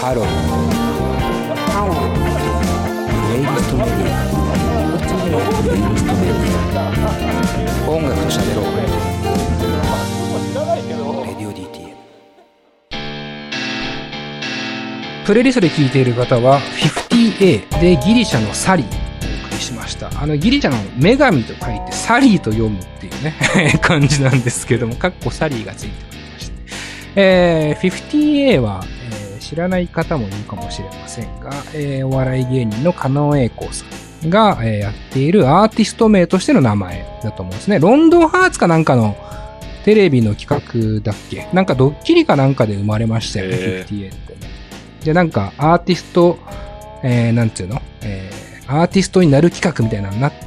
ハロー。プレイリストメディア。プレイリストメディア。音楽と喋ろう。レディオ DTM。プレイリストで聴いている方は 50A でギリシャのサリーをお送りしました。ギリシャの女神と書いてサリーと読むっていうね感じなんですけども、かっこサリーがついておりまして、50A は、知らない方もいるかもしれませんが、お笑い芸人の狩野英孝さんが、やっているアーティスト名としての名前だと思うんですね。ロンドンハーツかなんかのテレビの企画だっけ、なんかドッキリかなんかで生まれましたよね、50A ってね。で、なんかアーティスト、なんていうの、アーティストになる企画みたいなのになって、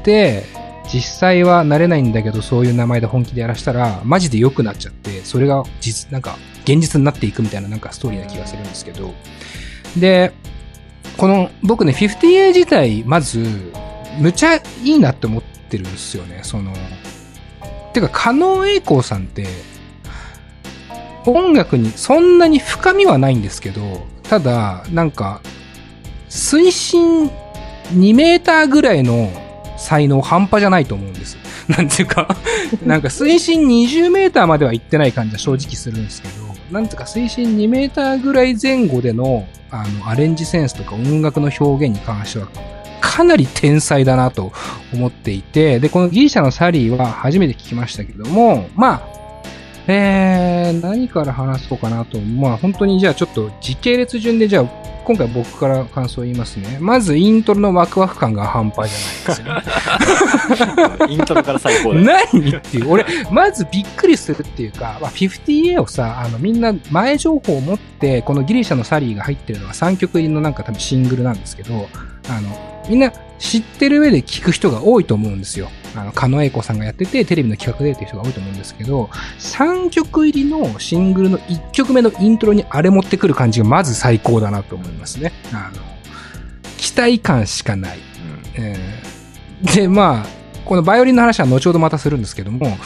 実際はなれないんだけど、そういう名前で本気でやらしたら、マジで良くなっちゃって、それがなんか、現実になっていくみたいななんかストーリーな気がするんですけど。で、僕ね、50A 自体、まず、むちゃいいなって思ってるんですよね。てか、狩野英孝さんって、音楽にそんなに深みはないんですけど、ただ、なんか、水深2メーターぐらいの才能半端じゃないと思うんです。なんていうか、なんか水深20メーターまでは行ってない感じは正直するんですけど、なんていうか水深2メーターぐらい前後での、アレンジセンスとか音楽の表現に関しては、かなり天才だなと思っていて、で、このギリシャのサリーは初めて聞きましたけども、まあ、何から話そうかなと、まあ本当にじゃあちょっと時系列順でじゃあ今回僕から感想を言いますね。まずイントロのワクワク感が半端じゃないですよね。 イントロから最高だよ。 何っていう。俺、まずびっくりするっていうか、まあ、50A をさ、みんな前情報を持って、このギリシャのサリーが入ってるのは3曲入りのなんか多分シングルなんですけど、みんな知ってる上で聞く人が多いと思うんですよ。狩野英孝さんがやってて、テレビの企画でっていう人が多いと思うんですけど、3曲入りのシングルの1曲目のイントロにあれ持ってくる感じがまず最高だなと思いますね。期待感しかない。で、まあ、このバイオリンの話は後ほどまたするんですけども、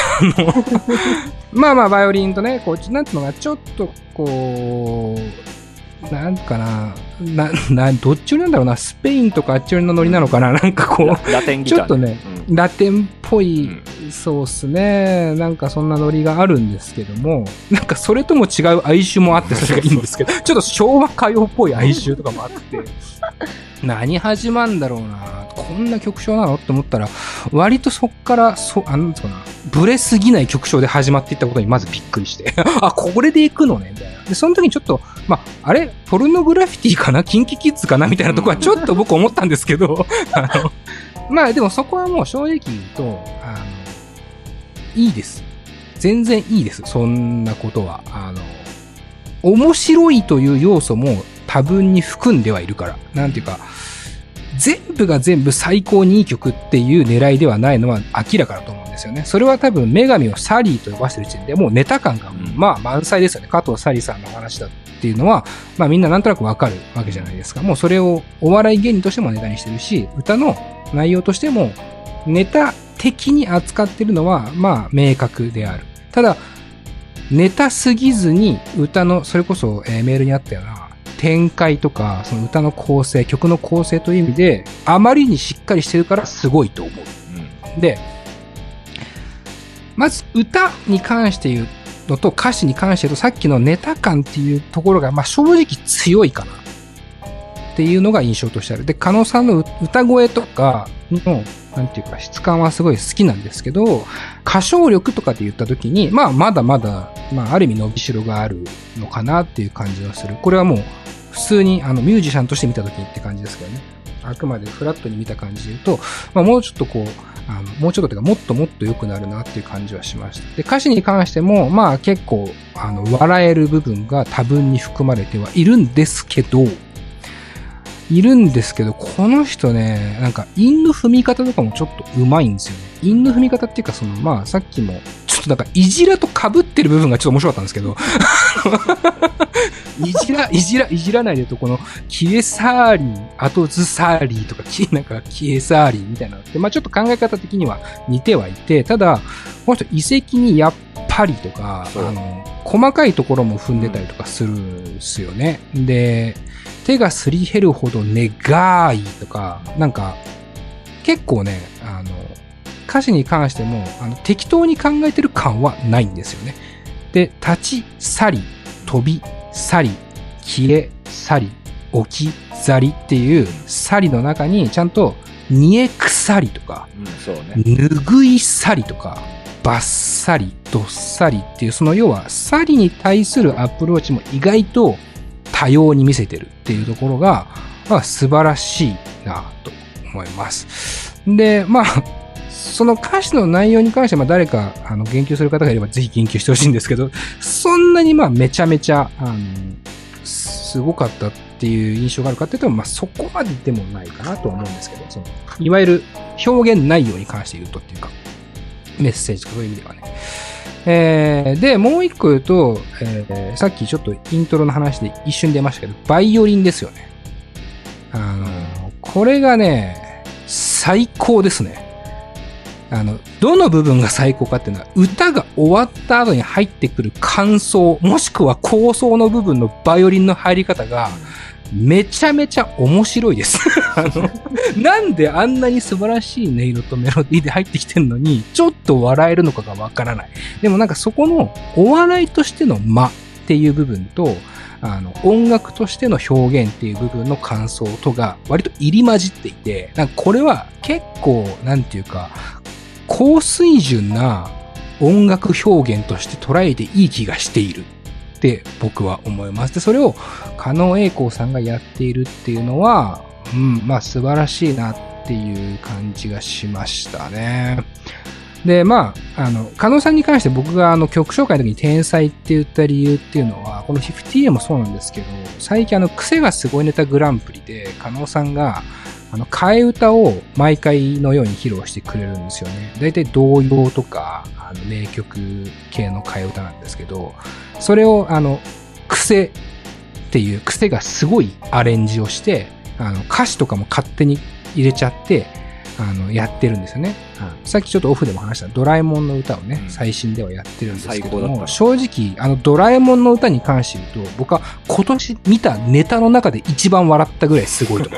まあまあ、バイオリンとね、こう、なんていうのが、ちょっと、こう、なんかな、どっち寄りなんだろうな、スペインとかあっち寄りのノリなのかな、なんかこう、 ラテンギター、ね、 ちょっとね、ラテンっぽい、そうっすね、なんかそんなノリがあるんですけども、なんかそれとも違う哀愁もあってそれがいいんですけど、ちょっと昭和歌謡っぽい哀愁とかもあって、何始まんだろうな、こんな曲調なのって思ったら、割とそっから、なんですかな、ブレすぎない曲調で始まっていったことにまずびっくりして、あ、これで行くのね、みたいな。で、その時にちょっと、まあ、あれポルノグラフィティかなキンキキッズかなみたいなとこはちょっと僕思ったんですけど、まあでもそこはもう正直言うと、いいです。全然いいです。そんなことは。面白いという要素も多分に含んではいるから。なんていうか、全部が全部最高にいい曲っていう狙いではないのは明らかだと思うんですよね。それは多分女神をサリーと呼ばせてる時点でもうネタ感がまあ満載ですよね。加藤サリーさんの話だっていうのは、まあみんななんとなくわかるわけじゃないですか。もうそれをお笑い芸人としてもネタにしてるし、歌の内容としてもネタ的に扱ってるのはまあ明確である。ただ、ネタすぎずに歌の、それこそ、メールにあったような展開とか、その歌の構成、曲の構成という意味で、あまりにしっかりしてるからすごいと思う。で、まず歌に関して言うのと歌詞に関して言うと、さっきのネタ感っていうところが、まあ正直強いかなっていうのが印象としてある。で、狩野さんの歌声とかの、なんていうか質感はすごい好きなんですけど、歌唱力とかで言った時に、まあまだまだ、まあある意味伸びしろがあるのかなっていう感じがする。これはもう普通にミュージシャンとして見た時にって感じですけどね。あくまでフラットに見た感じで言うと、まあもうちょっとこう、もうちょっとというかもっともっと良くなるなっていう感じはしました。で、歌詞に関しても、まあ結構、笑える部分が多分に含まれてはいるんですけど、この人ね、なんか、韻の踏み方とかもちょっと上手いんですよね。韻の踏み方っていうか、まあ、さっきも、ちょっとなんか、いじらと被ってる部分がちょっと面白かったんですけど、いじらないでと、この、キエサーリー、アトズサーリーとか、なんか、キエサーリーみたいなのって、まあちょっと考え方的には似てはいて、ただ、この人、遺跡にやっぱりとか、 細かいところも踏んでたりとかするんですよね。で、手がすり減るほど願いとか、なんか、結構ね、歌詞に関しても、適当に考えてる感はないんですよね。で、立ち去り、飛び去り、消え去り、置き去りっていう去りの中に、ちゃんと、煮え腐りとか、 そうね、 拭い去りとか、バッサリ、どっさりっていう、その要は、去りに対するアプローチも意外と多様に見せてるっていうところが、まあ素晴らしいなと思います。で、まあ、その歌詞の内容に関しては、誰か、言及する方がいればぜひ言及してほしいんですけど、そんなにまあめちゃめちゃ、すごかったっていう印象があるかっていうと、まあそこまででもないかなとは思うんですけど、いわゆる表現内容に関して言うとっていうか、メッセージとかそういう意味ではね。で、もう一個言うと、さっきちょっとイントロの話で一瞬出ましたけど、バイオリンですよね。これがね、最高ですね。どの部分が最高かっていうのは、歌が終わった後に入ってくる感想、もしくは構想の部分のバイオリンの入り方が、めちゃめちゃ面白いです。なんであんなに素晴らしい音色とメロディーで入ってきてんのに、ちょっと笑えるのかがわからない。でもなんかそこのお笑いとしての間っていう部分と、音楽としての表現っていう部分の感想とが割と入り混じっていて、なんかこれは結構、なんていうか、高水準な音楽表現として捉えていい気がしている。って僕は思います。で、それを狩野英孝さんがやっているっていうのは、まあ素晴らしいなっていう感じがしましたね。で、まあ、狩野さんに関して僕が曲紹介の時に天才って言った理由っていうのは、この 50A もそうなんですけど、最近癖がすごいネタグランプリで狩野さんが替え歌を毎回のように披露してくれるんですよね。だいたい童謡とか、名曲系の替え歌なんですけど、それを、癖っていう癖がすごいアレンジをして、歌詞とかも勝手に入れちゃって、やってるんですよね。さっきちょっとオフでも話したドラえもんの歌をね、最新ではやってるんですけども、正直、ドラえもんの歌に関して言うと、僕は今年見たネタの中で一番笑ったぐらいすごいと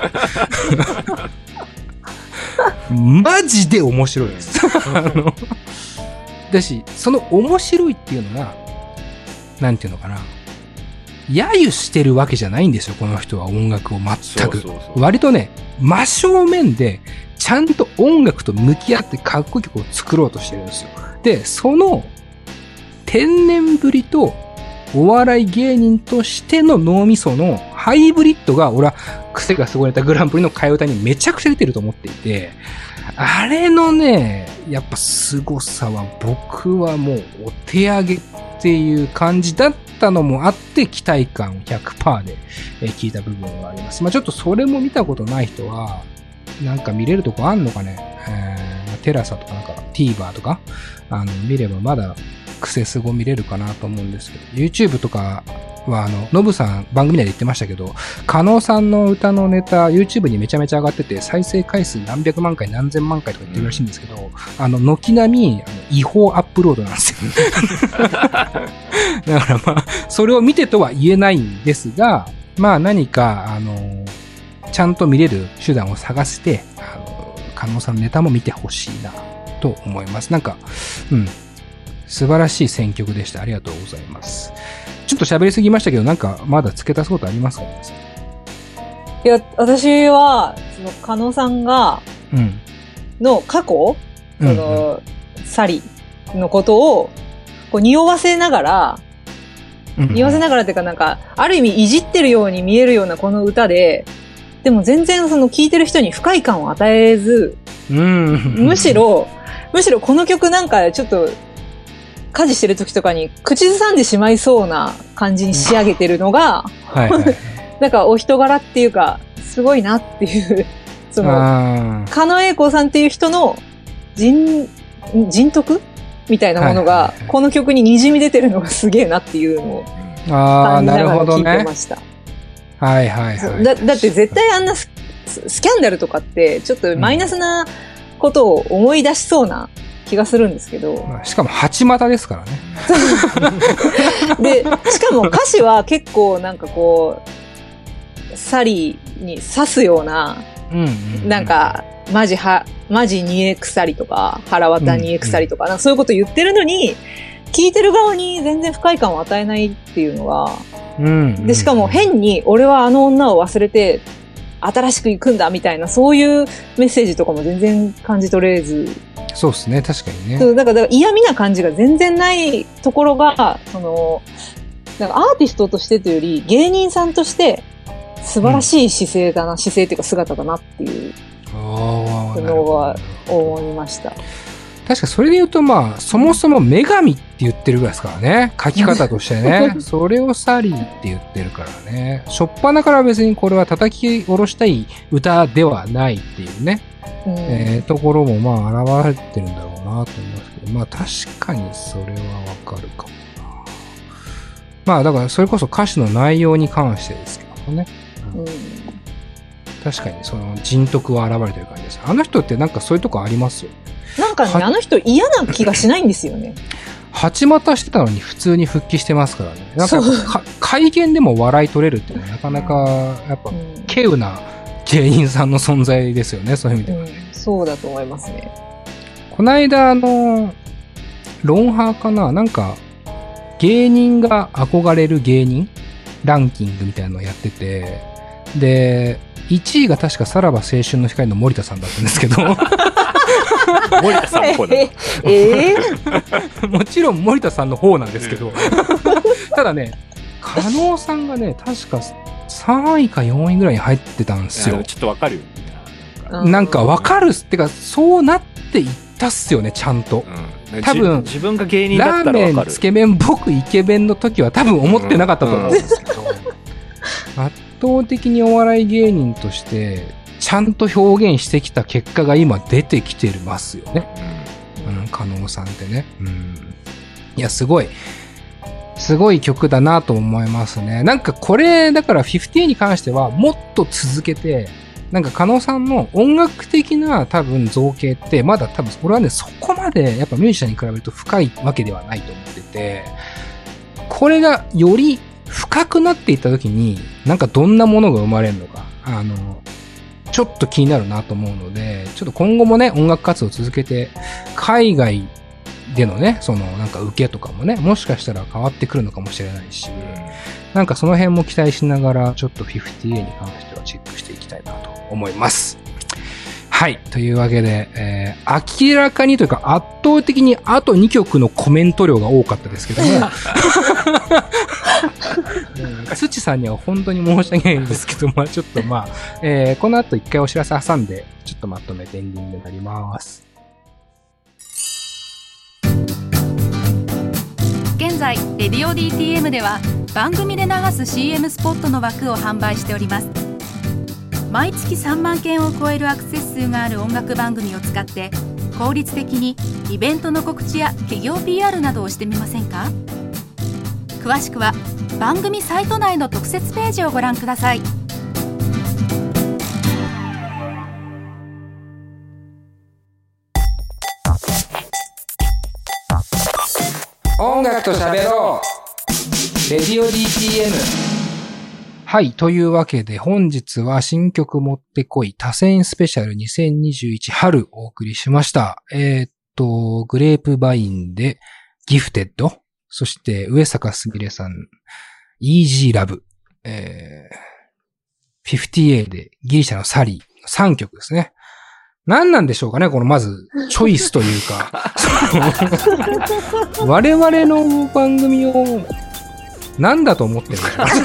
思う。マジで面白いです。だし、その面白いっていうのが、なんていうのかな、揶揄してるわけじゃないんですよ、この人は音楽を全く。割とね、真正面で、ちゃんと音楽と向き合ってかっこいい曲を作ろうとしてるんですよ。で、その天然ぶりとお笑い芸人としての脳みそのハイブリッドが、俺は癖がすごいネタグランプリの替え歌にめちゃくちゃ出てると思っていて、あれのね、やっぱ凄さは僕はもうお手上げっていう感じだったのもあって、期待感を 100% で聞いた部分があります。まあちょっとそれも見たことない人は、なんか見れるとこあんのかね、テラサとかなんか TVer とか見ればまだクセスゴ見れるかなと思うんですけど、YouTube とかはノブさん番組内で言ってましたけど、加納さんの歌のネタ YouTube にめちゃめちゃ上がってて、再生回数何百万回何千万回とか言ってるらしいんですけど、軒並み違法アップロードなんですよ。だからまあそれを見てとは言えないんですが、まあ何かちゃんと見れる手段を探して、加納さんのネタも見てほしいなと思います。なんか、素晴らしい選曲でした。ありがとうございます。ちょっと喋りすぎましたけど、なんかまだ付け足すことありますかね。 いや、私は、加納さんが、の過去、サリのことを、こう匂わせながらっていうかなんか、ある意味いじってるように見えるようなこの歌で、でも全然聴いてる人に不快感を与えず、むしろこの曲なんかちょっと家事してる時とかに口ずさんでしまいそうな感じに仕上げてるのが、なんかお人柄っていうか、すごいなっていう、狩野英孝さんっていう人の人徳みたいなものが、この曲に滲み出てるのがすげえなっていうのを感じながら聴いてました。だって絶対あんなスキャンダルとかってちょっとマイナスなことを思い出しそうな気がするんですけど。 しかも八股ですからね。 で、しかも歌詞は結構なんかこう、サリーに刺すような、なんか、マジ煮え腐りとか、腹渡煮え腐りとか、なんかそういうこと言ってるのに、聞いてる側に全然不快感を与えないっていうのが、で、しかも変に俺はあの女を忘れて新しく行くんだみたいな、そういうメッセージとかも全然感じ取れず。 そうですね、確かにね。 そう、だから嫌味な感じが全然ないところが、なんかアーティストとしてというより、芸人さんとして素晴らしい姿勢だな、姿勢っていうか姿だなっていうのは思いました。 確かそれで言うとそもそも女神って言ってるぐらいですからね。書き方としてね。それをサリーって言ってるからね。しょっぱなから別にこれは叩き下ろしたい歌ではないっていうね。ところも現れてるんだろうなと思いますけど、確かにそれはわかるかもな。だからそれこそ歌詞の内容に関してですけどね。確かにその人徳は現れてる感じです。あの人ってなんかそういうとこありますよ。 なんかね、あの人嫌な気がしないんですよね。 八股してたのに普通に復帰してますからね。なんか会見でも笑い取れるっていうのはなかなかやっぱ稀有な芸人さんの存在ですよね、そういう意味ではね。 そうだと思いますね。 この間ロンハーかな、なんか芸人が憧れる芸人ランキングみたいなのをやってて、で1位が確かさらば青春の光の森田さんだったんですけど森田さんの方だ、 もちろん森田さんの方なんですけどただね、加納さんがね確か3位か4位ぐらいに入ってたんですよ。 ちょっとわかるよ、 なんかわかるってか、そうなっていったっすよね、ちゃんと。多分自分が芸人だったらわかる。 ラーメンつけ麺僕イケメンの時は多分思ってなかったと思うんですけど、圧倒的にお笑い芸人としてちゃんと表現してきた結果が今出てきてますよね。加納さんってね。いや、すごい曲だなと思いますね。なんかこれ、だから50に関してはもっと続けて、なんか加納さんの音楽的な多分造形ってまだ多分俺はね、そこまでやっぱミュージシャンに比べると深いわけではないと思ってて、これがより深くなっていった時になんかどんなものが生まれるのか、ちょっと気になるなと思うので、ちょっと今後もね、音楽活動を続けて、海外でのね、そのなんか受けとかもね、もしかしたら変わってくるのかもしれないし、なんかその辺も期待しながら、ちょっと 50A に関してはチェックしていきたいなと思います。はい。というわけで、明らかにというか圧倒的にあと2曲のコメント量が多かったですけども、土さんには本当に申し訳ないんですけど、ちょっとこの後一回お知らせ挟んで、ちょっとまとめてエンディングになります。 現在、レディオ DTM では番組で流す CM スポットの枠を販売しております。毎月3万件を超えるアクセス数がある音楽番組を使って効率的にイベントの告知や企業 PR などをしてみませんか？詳しくは番組サイト内の特設ページをご覧ください。 音楽と喋ろう、レディオ DTM。はい。というわけで、本日は新曲持ってこい多選スペシャル2021春お送りしました。グレープバインでギフテッド、そして上坂すみれさん、イージーラブ、50A でギリシャのサリー、3曲ですね。何なんでしょうかね、このまず、チョイスというか。我々の番組を、なんだと思ってるんでしょう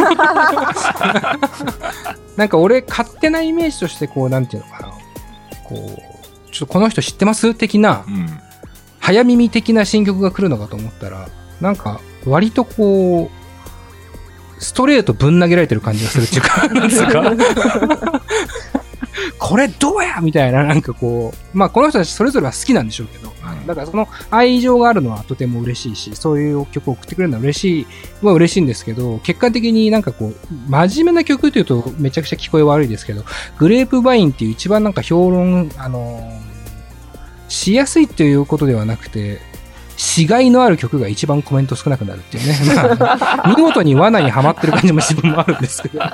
なんか俺、勝手なイメージとして、こう、なんていうのかな。こう、ちょっとこの人知ってます的な、早耳的な新曲が来るのかと思ったら、なんか、割とこう、ストレートぶん投げられてる感じがするっていうか、なんですかこれどうやみたいな、なんかこう、この人たちそれぞれは好きなんでしょうけど、だからその愛情があるのはとても嬉しいし、そういう曲を送ってくれるのは嬉しいんですけど、結果的になんかこう、真面目な曲というとめちゃくちゃ聞こえ悪いですけど、グレープバインっていう一番なんか評論、 しやすいということではなくて、しがいのある曲が一番コメント少なくなるっていうね。まあ、見事に罠にはまってる感じも自分もあるんですけど。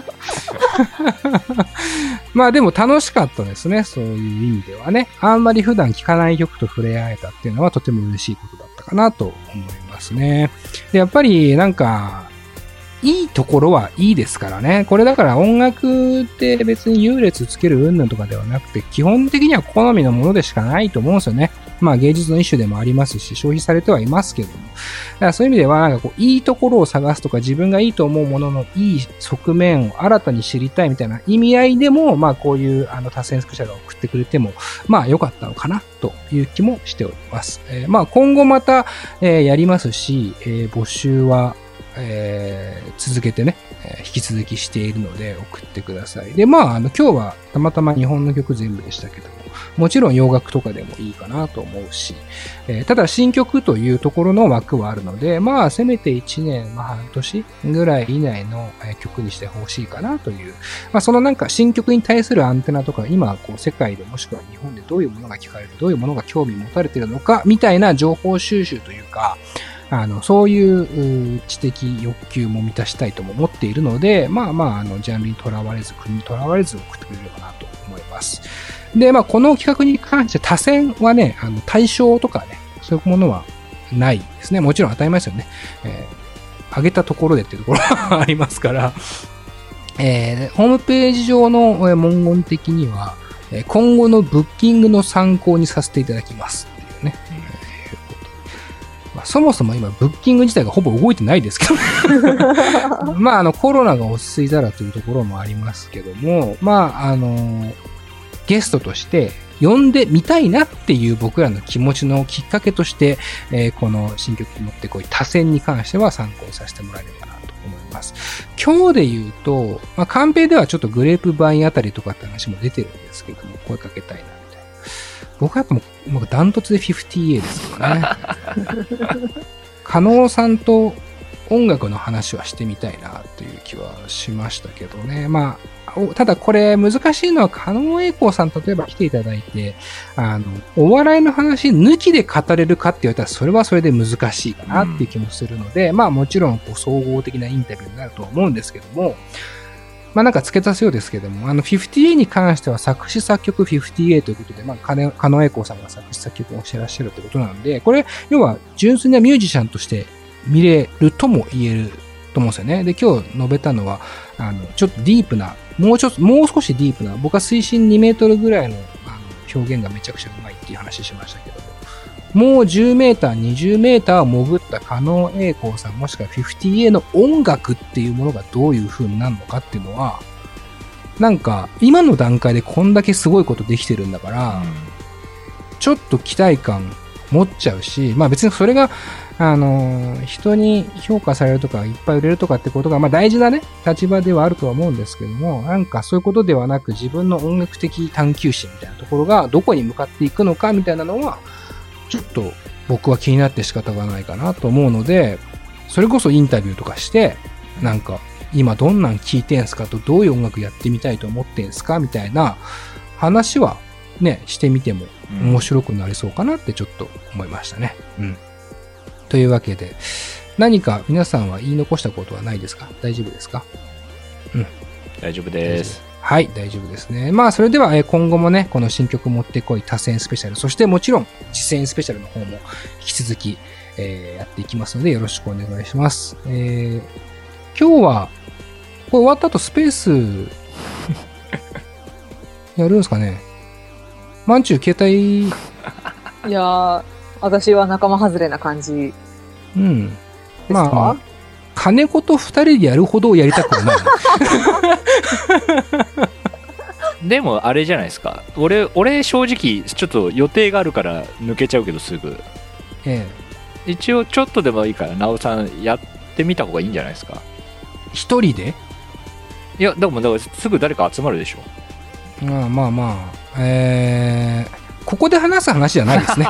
まあでも楽しかったですね。そういう意味ではね。あんまり普段聴かない曲と触れ合えたっていうのはとても嬉しいことだったかなと思いますね。で、やっぱりなんか、いいところはいいですからね。これだから音楽って別に優劣つける云々とかではなくて、基本的には好みのものでしかないと思うんですよね。まあ芸術の一種でもありますし、消費されてはいますけども。だからそういう意味では、なんかこう、いいところを探すとか、自分がいいと思うもののいい側面を新たに知りたいみたいな意味合いでも、まあこういう多選スペシャルを送ってくれても、まあ良かったのかなという気もしております。まあ今後また、やりますし、募集は、続けてね、引き続きしているので送ってください。で、まあ、今日はたまたま日本の曲全部でしたけども、もちろん洋楽とかでもいいかなと思うし、ただ新曲というところの枠はあるので、まあ、せめて1年、まあ半年ぐらい以内の曲にしてほしいかなという、まあ、そのなんか新曲に対するアンテナとか、今、こう、世界でもしくは日本でどういうものが聞かれる、どういうものが興味持たれているのか、みたいな情報収集というか、そういう知的欲求も満たしたいとも思っているので、まあまあ、ジャンルにとらわれず、国にとらわれず送ってくれればなと思います。で、まあ、この企画に関して多選はね、対象とかね、そういうものはないですね。もちろん当たり前ですよね。上げたところでっていうところがありますから、ホームページ上の文言的には、今後のブッキングの参考にさせていただきますっていうね。そもそも今、ブッキング自体がほぼ動いてないですけどまあ、コロナが落ち着いたらというところもありますけども、まあ、ゲストとして呼んでみたいなっていう僕らの気持ちのきっかけとして、この新曲持ってこい多選に関しては参考にさせてもらえればなと思います。今日で言うと、まあ、カンペではちょっとグレープバインあたりとかって話も出てるんですけども、声かけたいな。僕はやっぱもうダントツで 50A ですからね。加納さんと音楽の話はしてみたいなという気はしましたけどね。まあ、ただこれ難しいのは加納栄光さん例えば来ていただいて、お笑いの話抜きで語れるかって言われたらそれはそれで難しいかなっていう気もするので、まあもちろんこう総合的なインタビューになると思うんですけども、まあなんか付け足すようですけども、50A に関しては作詞作曲 50A ということで、まあ、加納栄光さんが作詞作曲をしてらっしゃるということなので、これ、要は純粋なミュージシャンとして見れるとも言えると思うんですよね。で、今日述べたのは、ちょっとディープな、もう少しディープな、僕は水深2メートルぐらいの表現がめちゃくちゃうまいっていう話しましたけども、もう10メーター、20メーターを潜った加納栄光さんもしくは 50A の音楽っていうものがどういう風になるのかっていうのは、なんか今の段階でこんだけすごいことできてるんだから、ちょっと期待感持っちゃうし、まあ別にそれが、人に評価されるとかいっぱい売れるとかってことが、まあ大事なね、立場ではあるとは思うんですけども、なんかそういうことではなく自分の音楽的探求心みたいなところがどこに向かっていくのかみたいなのは、ちょっと僕は気になって仕方がないかなと思うので、それこそインタビューとかして、なんか今どんなん聞いてんすかと、どういう音楽やってみたいと思ってんすかみたいな話はね、してみても面白くなりそうかなってちょっと思いましたね。うん。というわけで、何か皆さんは言い残したことはないですか？大丈夫ですか？うん。 大丈夫です。 はい、大丈夫ですね。まあ、それでは、今後もね、この新曲持ってこい多選スペシャル、そしてもちろん、実践スペシャルの方も引き続き、やっていきますので、よろしくお願いします。今日は、これ終わった後スペース、やるんですかね？まんちゅう携帯、 いやー、私は仲間外れな感じ。 うん。 ですか？ まあ、金子と二人でやるほどやりたくはない。 でもあれじゃないですか。俺正直ちょっと予定があるから抜けちゃうけどすぐ。一応ちょっとでもいいからなおさんやってみた方がいいんじゃないですか。 一人で？ いやでもだからすぐ誰か集まるでしょ。 まあここで話す話じゃないですね。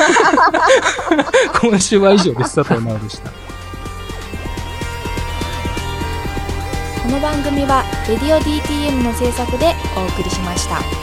今週は以上です。佐藤直でした。 この番組はレディオ DTM の制作でお送りしました。